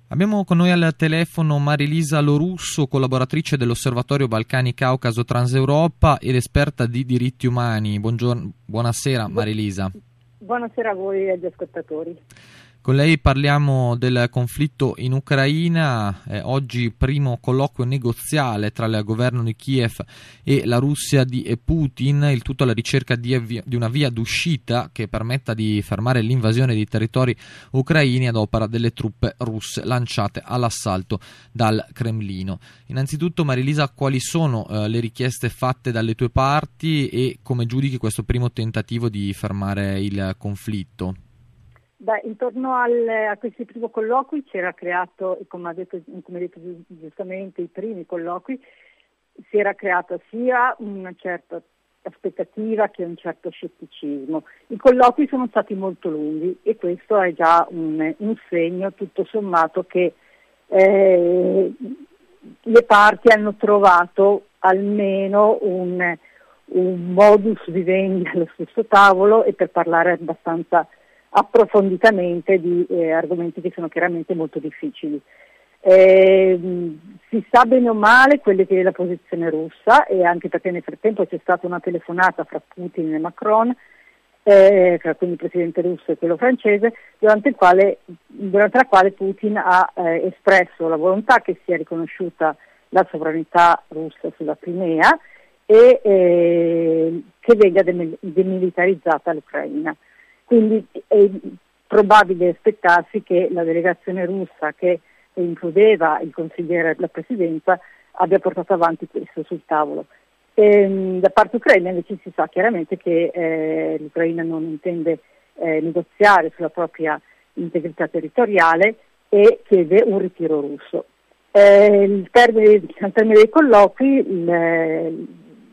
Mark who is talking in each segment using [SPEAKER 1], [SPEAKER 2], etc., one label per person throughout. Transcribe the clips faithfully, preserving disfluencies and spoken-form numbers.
[SPEAKER 1] Abbiamo con noi al telefono Marilisa Lorusso, collaboratrice dell'Osservatorio Balcani Caucaso Transeuropa ed esperta di diritti umani. Buongiorno, buonasera Marilisa.
[SPEAKER 2] Buonasera a voi e agli ascoltatori.
[SPEAKER 1] Con lei parliamo del conflitto in Ucraina, eh, oggi primo colloquio negoziale tra il governo di Kiev e la Russia di Putin, il tutto alla ricerca di, avvia, di una via d'uscita che permetta di fermare l'invasione dei territori ucraini ad opera delle truppe russe lanciate all'assalto dal Cremlino. Innanzitutto Marilisa, quali sono eh, le richieste fatte dalle tue parti e come giudichi questo primo tentativo di fermare il conflitto?
[SPEAKER 2] Beh, intorno al, a questi primi colloqui si era creato, e come ha detto, come ha detto giustamente, i primi colloqui, si era creata sia una certa aspettativa che un certo scetticismo. I colloqui sono stati molto lunghi e questo è già un, un segno, tutto sommato, che eh, le parti hanno trovato almeno un, un modus vivendi allo stesso tavolo e per parlare abbastanza approfonditamente di eh, argomenti che sono chiaramente molto difficili. Eh, si sa bene o male quella che è la posizione russa, e anche perché nel frattempo c'è stata una telefonata fra Putin e Macron, eh, fra quindi il presidente russo e quello francese, durante, il quale, durante la quale Putin ha eh, espresso la volontà che sia riconosciuta la sovranità russa sulla Crimea e eh, che venga demilitarizzata l'Ucraina. Quindi è probabile aspettarsi che la delegazione russa, che includeva il consigliere della presidenza, abbia portato avanti questo sul tavolo. E, da parte ucraina invece si sa chiaramente che eh, l'Ucraina non intende eh, negoziare sulla propria integrità territoriale e chiede un ritiro russo. Eh, il termine, al termine dei colloqui, il,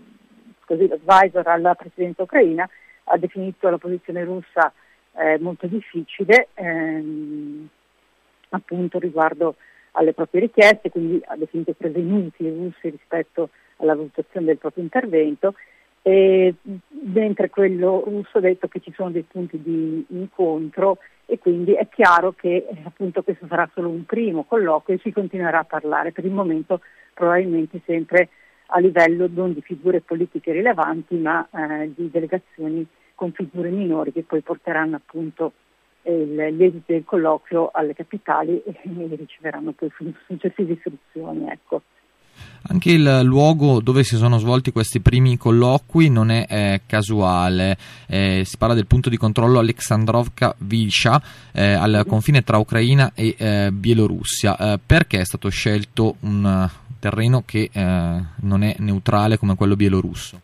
[SPEAKER 2] così, l'advisor alla presidenza ucraina ha definito la posizione russa eh, molto difficile, ehm, appunto riguardo alle proprie richieste, quindi ha definito prevenuti i russi rispetto alla valutazione del proprio intervento, e, mentre quello russo ha detto che ci sono dei punti di incontro e quindi è chiaro che eh, appunto questo sarà solo un primo colloquio e si continuerà a parlare, per il momento probabilmente sempre a livello non di figure politiche rilevanti, ma eh, di delegazioni con figure minori che poi porteranno appunto il, gli esiti del colloquio alle capitali e, e riceveranno poi successive istruzioni. Ecco.
[SPEAKER 1] Anche il luogo dove si sono svolti questi primi colloqui non è eh, casuale, eh, si parla del punto di controllo Aleksandrovka-Vilcha eh, al confine tra Ucraina e eh, Bielorussia. Eh, perché è stato scelto un uh, terreno che eh, non è neutrale come quello bielorusso?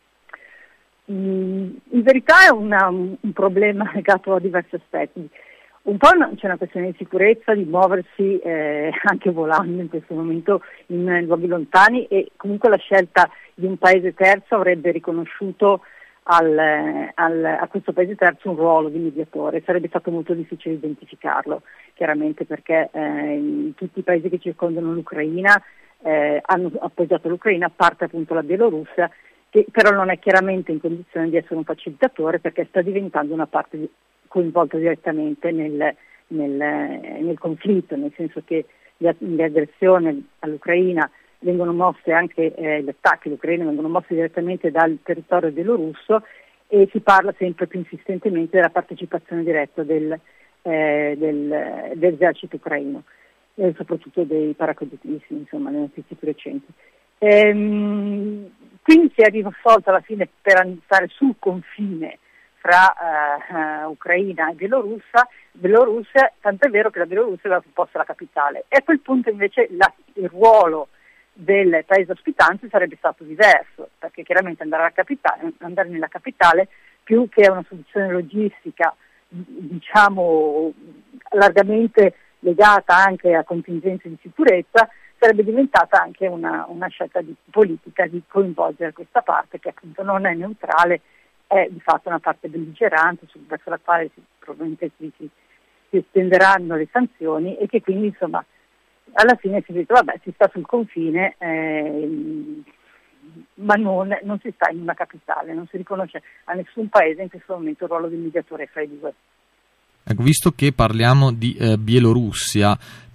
[SPEAKER 2] Mm, in verità è una, un problema legato a diversi aspetti. Un po' c'è una questione di sicurezza, di muoversi eh, anche volando in questo momento in luoghi lontani, e comunque la scelta di un paese terzo avrebbe riconosciuto al, al, a questo paese terzo un ruolo di mediatore. Sarebbe stato molto difficile identificarlo, chiaramente, perché eh, tutti i paesi che circondano l'Ucraina eh, hanno appoggiato l'Ucraina, a parte appunto la Bielorussia, che però non è chiaramente in condizione di essere un facilitatore perché sta diventando una parte di, coinvolta direttamente nel, nel, nel conflitto, nel senso che le, le aggressioni all'Ucraina vengono mosse anche, eh, gli attacchi all'Ucraina vengono mossi direttamente dal territorio bielorusso, e si parla sempre più insistentemente della partecipazione diretta del, eh, del, dell'esercito ucraino, e soprattutto dei paracadutisti, insomma, nelle notizie più recenti. Ehm, quindi si è risolto alla fine per andare sul confine fra uh, uh, Ucraina e Bielorussia, Bielorussia, tant'è vero che la Bielorussia aveva proposto la capitale, e a quel punto invece la, il ruolo del paese ospitante sarebbe stato diverso, perché chiaramente andare, alla capitale, andare nella capitale, più che una soluzione logistica diciamo largamente legata anche a contingenze di sicurezza, sarebbe diventata anche una, una scelta di politica di coinvolgere questa parte che appunto non è neutrale, è di fatto una parte belligerante verso la quale si, probabilmente si, si, si estenderanno le sanzioni, e che quindi insomma alla fine si dice vabbè, si sta sul confine eh, ma non, non si sta in una capitale, non si riconosce a nessun paese in questo momento il ruolo di mediatore fra i due.
[SPEAKER 1] Ecco, visto che parliamo di eh, Bielorussia,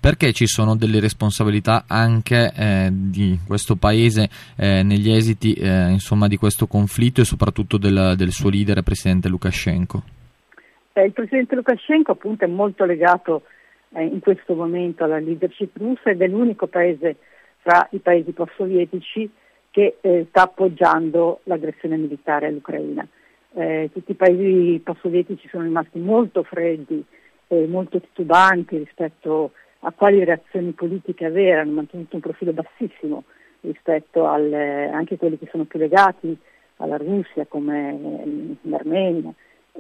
[SPEAKER 1] perché ci sono delle responsabilità anche eh, di questo paese eh, negli esiti eh, insomma di questo conflitto e soprattutto del, del suo leader, presidente Lukashenko?
[SPEAKER 2] Eh, il presidente Lukashenko appunto è molto legato eh, in questo momento alla leadership russa ed è l'unico paese fra i paesi post-sovietici che eh, sta appoggiando l'aggressione militare all'Ucraina. Eh, tutti i paesi post-sovietici sono rimasti molto freddi e molto titubanti rispetto a quali reazioni politiche avere, hanno mantenuto un profilo bassissimo rispetto al, eh, anche quelli che sono più legati alla Russia come eh, l'Armenia.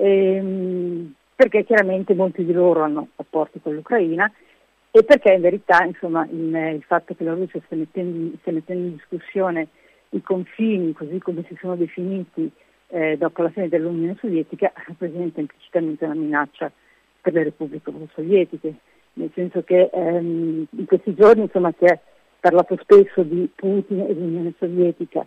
[SPEAKER 2] Ehm, perché chiaramente molti di loro hanno rapporti con l'Ucraina e perché in verità insomma, il, il fatto che la Russia stia mettendo, stia mettendo in discussione i confini così come si sono definiti eh, dopo la fine dell'Unione Sovietica rappresenta implicitamente una minaccia per le repubbliche sovietiche, nel senso che ehm, in questi giorni insomma, si è parlato spesso di Putin e dell'Unione Sovietica,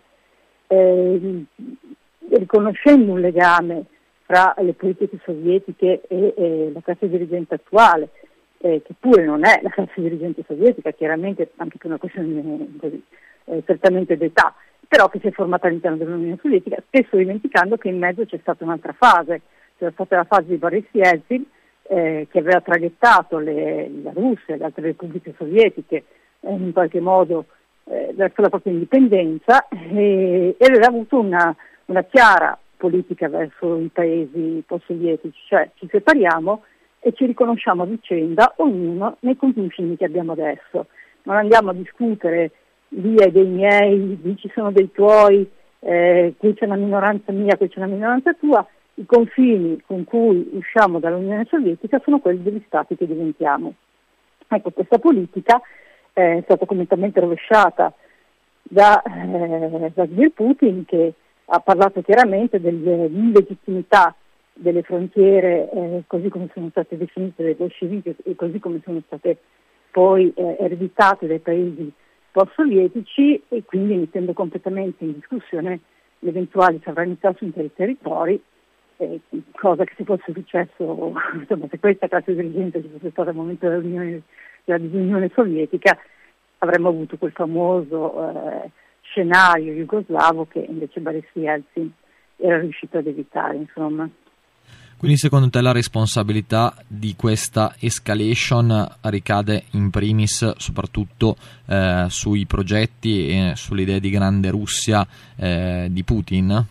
[SPEAKER 2] ehm, riconoscendo un legame fra le politiche sovietiche e, e la classe dirigente attuale, eh, che pure non è la classe dirigente sovietica, chiaramente anche per una questione così, eh, certamente d'età, però che si è formata all'interno dell'Unione Sovietica, spesso dimenticando che in mezzo c'è stata un'altra fase, c'è stata la fase di Boris Yeltsin, eh, che aveva traghettato le, la Russia e le altre repubbliche sovietiche eh, in qualche modo eh, verso la propria indipendenza e, e aveva avuto una, una chiara politica verso i paesi post-sovietici, cioè ci separiamo e ci riconosciamo a vicenda, ognuno nei confini che abbiamo adesso. Non andiamo a discutere lì è dei miei, lì ci sono dei tuoi, eh, qui c'è una minoranza mia, qui c'è una minoranza tua. I confini con cui usciamo dall'Unione Sovietica sono quelli degli stati che diventiamo. Ecco, questa politica è stata completamente rovesciata da eh, Vladimir Putin, che ha parlato chiaramente dell'illegittimità delle frontiere eh, così come sono state definite dai bolscevichi e così come sono state poi eh, ereditate dai paesi post-sovietici e quindi mettendo completamente in discussione l'eventuale sovranità su interi territori, eh, cosa che se fosse successo, insomma, se questa classe dirigente ci fosse stata al momento dell'Unione, della disunione sovietica, avremmo avuto quel famoso eh, scenario jugoslavo che invece Boris Yeltsin era riuscito ad evitare, insomma.
[SPEAKER 1] Quindi secondo te la responsabilità di questa escalation ricade in primis soprattutto eh, sui progetti e sulle idee di grande Russia eh, di Putin?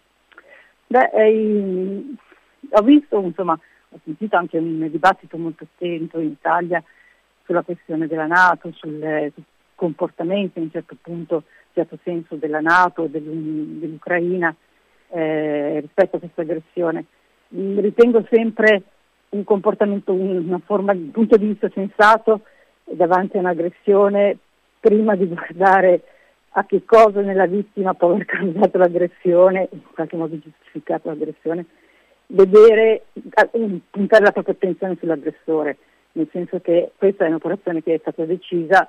[SPEAKER 2] Beh, eh, ho visto, insomma, ho sentito anche un dibattito molto attento in Italia sulla questione della NATO, sul comportamento in un certo punto, in certo senso della NATO, dell'Ucraina eh, rispetto a questa aggressione. Ritengo sempre un comportamento, una forma di punto di vista sensato davanti a un'aggressione, prima di guardare a che cosa nella vittima può aver causato l'aggressione, in qualche modo giustificato l'aggressione, vedere, puntare la propria attenzione sull'aggressore, nel senso che questa è un'operazione che è stata decisa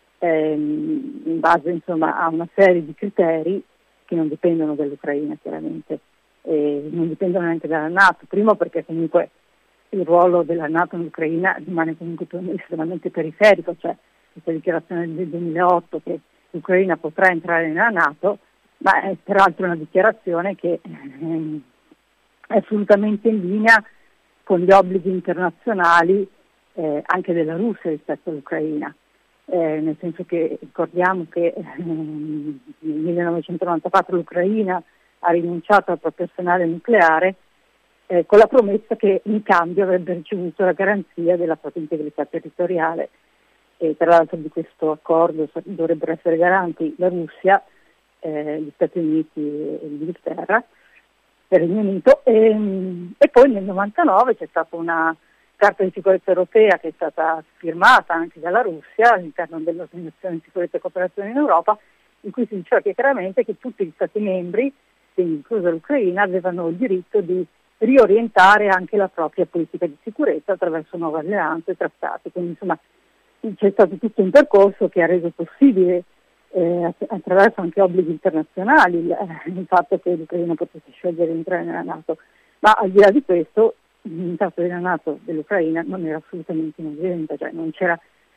[SPEAKER 2] ehm, in base insomma, a una serie di criteri che non dipendono dall'Ucraina chiaramente. E non dipendono neanche dalla NATO, primo perché comunque il ruolo della NATO in Ucraina rimane comunque estremamente periferico, cioè questa dichiarazione del duemilaotto che l'Ucraina potrà entrare nella NATO, ma è peraltro una dichiarazione che ehm, è assolutamente in linea con gli obblighi internazionali eh, anche della Russia rispetto all'Ucraina, eh, nel senso che ricordiamo che ehm, nel millenovecentonovantaquattro l'Ucraina ha rinunciato al proprio arsenale nucleare eh, con la promessa che in cambio avrebbe ricevuto la garanzia della propria integrità territoriale. E tra l'altro di questo accordo dovrebbero essere garanti la Russia, eh, gli Stati Uniti e l'Inghilterra, il Regno Unito, e, e poi nel novantanove c'è stata una carta di sicurezza europea che è stata firmata anche dalla Russia all'interno dell'Organizzazione di Sicurezza e Cooperazione in Europa, in cui si diceva che chiaramente che tutti gli Stati membri, quindi inclusa l'Ucraina, avevano il diritto di riorientare anche la propria politica di sicurezza attraverso nuove alleanze e trattati. Quindi insomma c'è stato tutto un percorso che ha reso possibile eh, attraverso anche obblighi internazionali il, eh, il fatto che l'Ucraina potesse scegliere di entrare nella NATO. Ma al di là di questo, l'entrata della NATO dell'Ucraina non era assolutamente un'evidenza, cioè non c'era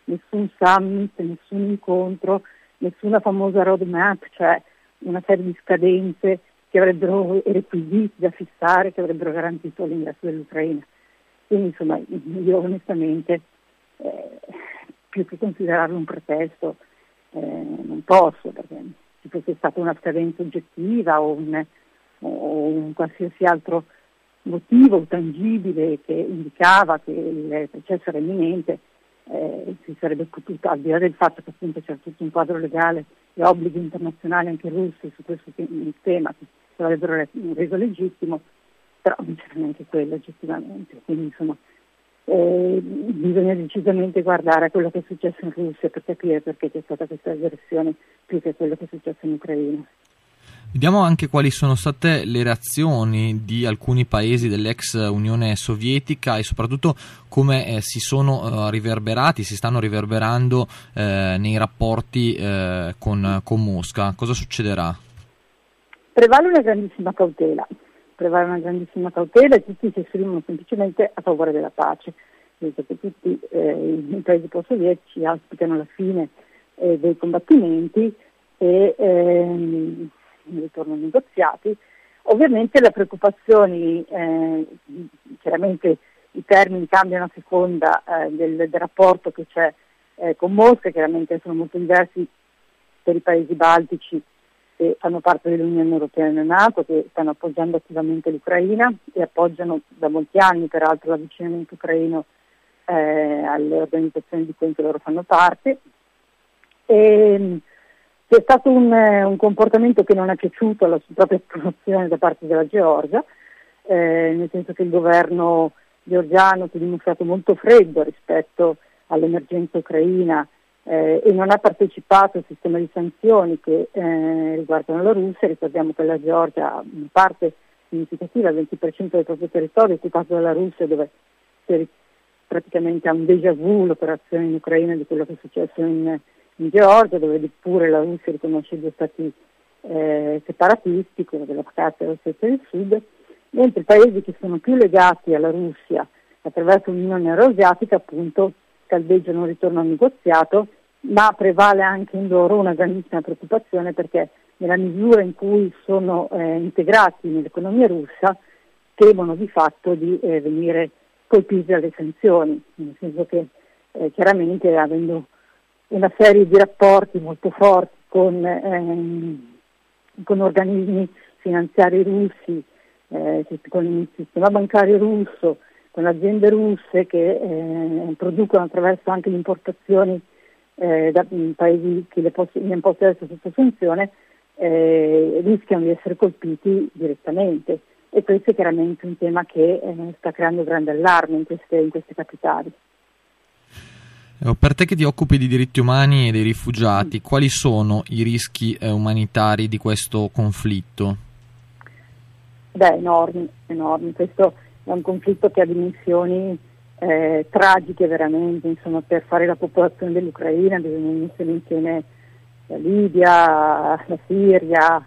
[SPEAKER 2] nessun summit, nessun incontro, nessuna famosa roadmap, cioè una serie di scadenze che avrebbero e requisiti da fissare che avrebbero garantito l'ingresso dell'Ucraina. Quindi insomma io onestamente eh, più che considerarlo un pretesto eh, non posso, perché se fosse stata una scadenza oggettiva o un, o un qualsiasi altro motivo tangibile che indicava che il processo era imminente, eh, si sarebbe potuto, al di là del fatto che appunto c'è tutto un quadro legale e obblighi internazionali anche russi su questo tema che l'avrebbero reso legittimo, però non c'era neanche quello oggettivamente. Quindi insomma eh, bisogna decisamente guardare a quello che è successo in Russia per capire perché c'è stata questa aggressione più che a quello che è successo in Ucraina.
[SPEAKER 1] Vediamo anche quali sono state le reazioni di alcuni paesi dell'ex Unione Sovietica e soprattutto come eh, si sono eh, riverberati, si stanno riverberando eh, nei rapporti eh, con, con Mosca. Cosa succederà?
[SPEAKER 2] Prevale una grandissima cautela, prevale una grandissima cautela e tutti si esprimono semplicemente a favore della pace, perché tutti eh, i paesi post-sovietici auspicano la fine eh, dei combattimenti e ehm, il ritorno ai negoziati. Ovviamente le preoccupazioni, eh, chiaramente i termini cambiano a seconda eh, del, del rapporto che c'è eh, con Mosca, chiaramente sono molto diversi per i paesi baltici che fanno parte dell'Unione Europea e del NATO, che stanno appoggiando attivamente l'Ucraina e appoggiano da molti anni peraltro l'avvicinamento ucraino eh, alle organizzazioni di cui loro fanno parte. E, c'è stato un, un comportamento che non è piaciuto alla sua propria promozione da parte della Georgia, eh, nel senso che il governo georgiano si è dimostrato molto freddo rispetto all'emergenza ucraina eh, e non ha partecipato al sistema di sanzioni che eh, riguardano la Russia. Ricordiamo che la Georgia ha una parte significativa, il venti per cento del proprio territorio occupato dalla Russia, dove si praticamente ha un déjà vu l'operazione in Ucraina di quello che è successo in in Georgia, dove pure la Russia riconosce due stati eh, separatisti, quello dell'Abkhazia e l'Ossetia del Sud, mentre i paesi che sono più legati alla Russia attraverso l'Unione Euroasiatica appunto caldeggiano un ritorno al negoziato, ma prevale anche in loro una grandissima preoccupazione perché nella misura in cui sono eh, integrati nell'economia russa temono di fatto di eh, venire colpiti dalle sanzioni, nel senso che eh, chiaramente avendo una serie di rapporti molto forti con, ehm, con organismi finanziari russi, eh, con il sistema bancario russo, con aziende russe che eh, producono attraverso anche le importazioni eh, da paesi che le possono posto essere sotto sanzione, eh, rischiano di essere colpiti direttamente. E questo è chiaramente un tema che eh, sta creando grande allarme in queste, in queste capitali.
[SPEAKER 1] Per te che ti occupi di diritti umani e dei rifugiati, quali sono i rischi eh, umanitari di questo conflitto?
[SPEAKER 2] Beh, enormi, enormi. Questo è un conflitto che ha dimensioni eh, tragiche veramente, insomma, per fare la popolazione dell'Ucraina bisogna mettere insieme la Libia, la Siria,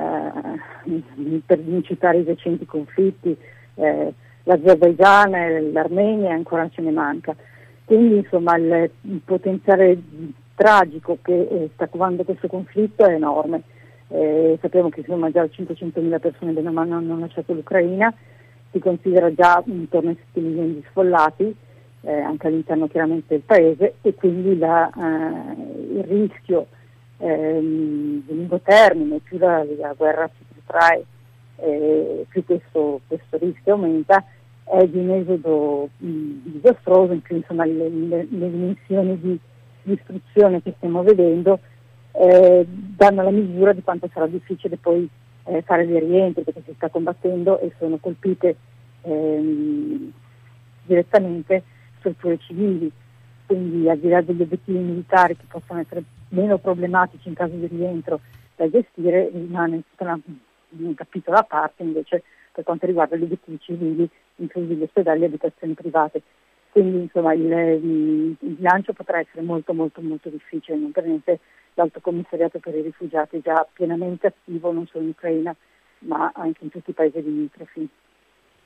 [SPEAKER 2] eh, per non citare i recenti conflitti, eh, l'Azerbaigian e l'Armenia, ancora ce ne manca. Quindi insomma il, il potenziale tragico che eh, sta covando questo conflitto è enorme. Eh, sappiamo che insomma già cinquecentomila persone bene o male hanno lasciato l'Ucraina, si considera già intorno ai sette milioni di sfollati, eh, anche all'interno chiaramente del paese, e quindi la, eh, il rischio ehm, di lungo termine, più la, la guerra si protrae, eh, più questo, questo rischio aumenta, è di un esodo mh, disastroso, in più insomma le, le, le dimensioni di distruzione che stiamo vedendo eh, danno la misura di quanto sarà difficile poi eh, fare dei rientri, perché si sta combattendo e sono colpite ehm, direttamente strutture civili, quindi al di là degli obiettivi militari che possono essere meno problematici in caso di rientro da gestire, rimane una, un capitolo a parte invece per quanto riguarda gli obiettivi civili, inclusi gli ospedali e abitazioni private. Quindi insomma il, il, il bilancio potrà essere molto molto molto difficile, non per niente l'Alto Commissariato per i Rifugiati è già pienamente attivo non solo in Ucraina ma anche in tutti i paesi limitrofi.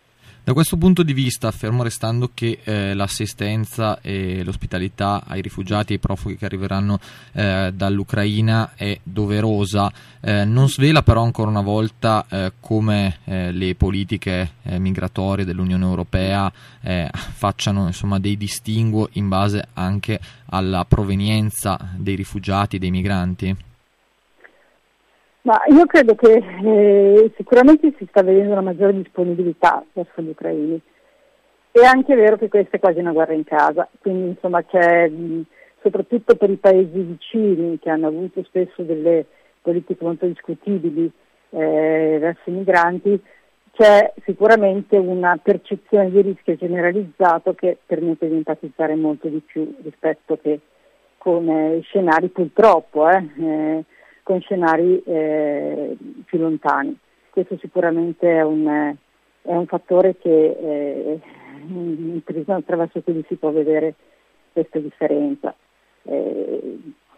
[SPEAKER 1] Da questo punto di vista, fermo restando che eh, l'assistenza e l'ospitalità ai rifugiati e ai profughi che arriveranno eh, dall'Ucraina è doverosa, eh, non svela però ancora una volta eh, come eh, le politiche eh, migratorie dell'Unione Europea eh, facciano insomma dei distinguo in base anche alla provenienza dei rifugiati, dei migranti?
[SPEAKER 2] Ma io credo che eh, sicuramente si sta vedendo una maggiore disponibilità verso gli ucraini. È anche vero che questa è quasi una guerra in casa, quindi insomma c'è mh, soprattutto per i paesi vicini che hanno avuto spesso delle politiche molto discutibili eh, verso i migranti, c'è sicuramente una percezione di rischio generalizzato che permette di empatizzare molto di più rispetto che con eh, scenari purtroppo eh, eh, con scenari eh, più lontani. Questo sicuramente è un, è un fattore che eh, attraverso cui si può vedere questa differenza. Eh,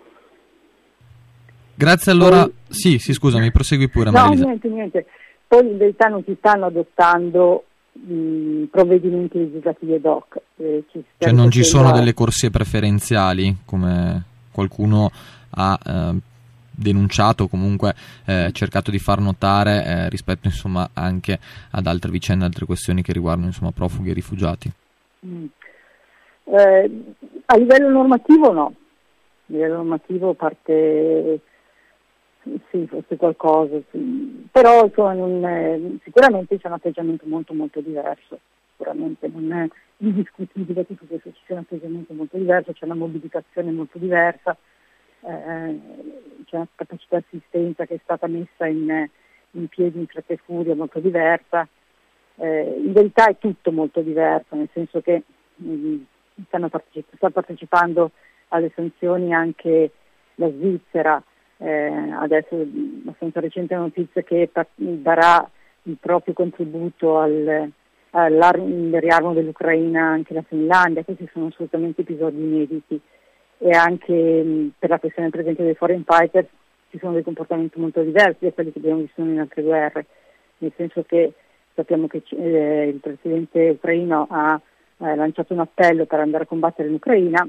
[SPEAKER 1] Grazie allora.
[SPEAKER 2] poi,
[SPEAKER 1] sì, sì, scusami, prosegui pure.
[SPEAKER 2] No,
[SPEAKER 1] Marilisa.
[SPEAKER 2] niente, niente. Poi in verità non si stanno adottando mh, provvedimenti legislativi ad hoc. Eh, ci
[SPEAKER 1] cioè non ci sono
[SPEAKER 2] a...
[SPEAKER 1] delle corsie preferenziali, come qualcuno ha eh, denunciato o comunque eh, cercato di far notare eh, rispetto insomma anche ad altre vicende, altre questioni che riguardano insomma profughi e rifugiati.
[SPEAKER 2] Mm. Eh, a livello normativo no, a livello normativo parte sì, forse qualcosa, sì. Però insomma, non è, sicuramente c'è un atteggiamento molto molto diverso, sicuramente non è indiscutibile tutto questo, c'è un atteggiamento molto diverso, c'è una mobilitazione molto diversa. Eh, c'è una capacità di assistenza che è stata messa in, in piedi in fretta e furia molto diversa. Eh, in verità è tutto molto diverso, nel senso che mh, stanno partecip- sta partecipando alle sanzioni anche la Svizzera. Eh, adesso abbastanza recente notizia che par- darà il proprio contributo al, al riarmo dell'Ucraina anche la Finlandia. Questi sono assolutamente episodi inediti. E anche mh, per la questione per esempio dei foreign fighters ci sono dei comportamenti molto diversi da quelli che abbiamo visto in altre guerre, nel senso che sappiamo che eh, il presidente ucraino ha eh, lanciato un appello per andare a combattere in Ucraina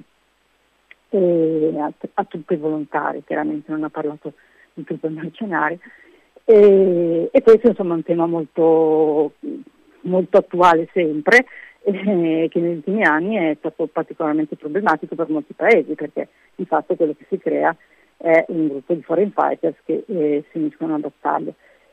[SPEAKER 2] e a, a truppe volontarie, chiaramente non ha parlato di truppe mercenarie e, e questo insomma è un tema molto, molto attuale sempre, che negli ultimi anni è stato particolarmente problematico per molti paesi, perché di fatto quello che si crea è un gruppo di foreign fighters che eh, si uniscono a battaglia.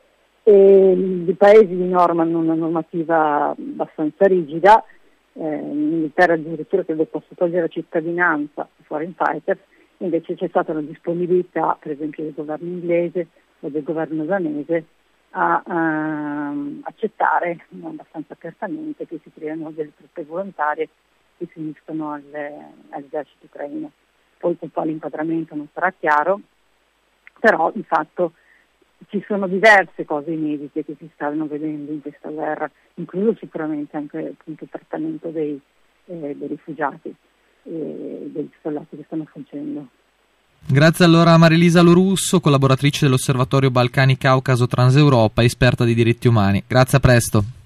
[SPEAKER 2] E i paesi di norma hanno una normativa abbastanza rigida, eh, in Inghilterra addirittura credo possa togliere la cittadinanza ai foreign fighters, invece c'è stata una disponibilità per esempio del governo inglese o del governo danese a uh, accettare abbastanza apertamente che si creano delle truppe volontarie che si uniscono al, all'esercito ucraino. Poi con quale inquadramento non sarà chiaro, però di fatto ci sono diverse cose inedite che si stanno vedendo in questa guerra, incluso sicuramente anche appunto, il trattamento dei, eh, dei rifugiati e degli sfollati che stanno fuggendo.
[SPEAKER 1] Grazie allora a Marilisa Lorusso, collaboratrice dell'Osservatorio Balcani Caucaso Transeuropa, esperta di diritti umani. Grazie, a presto.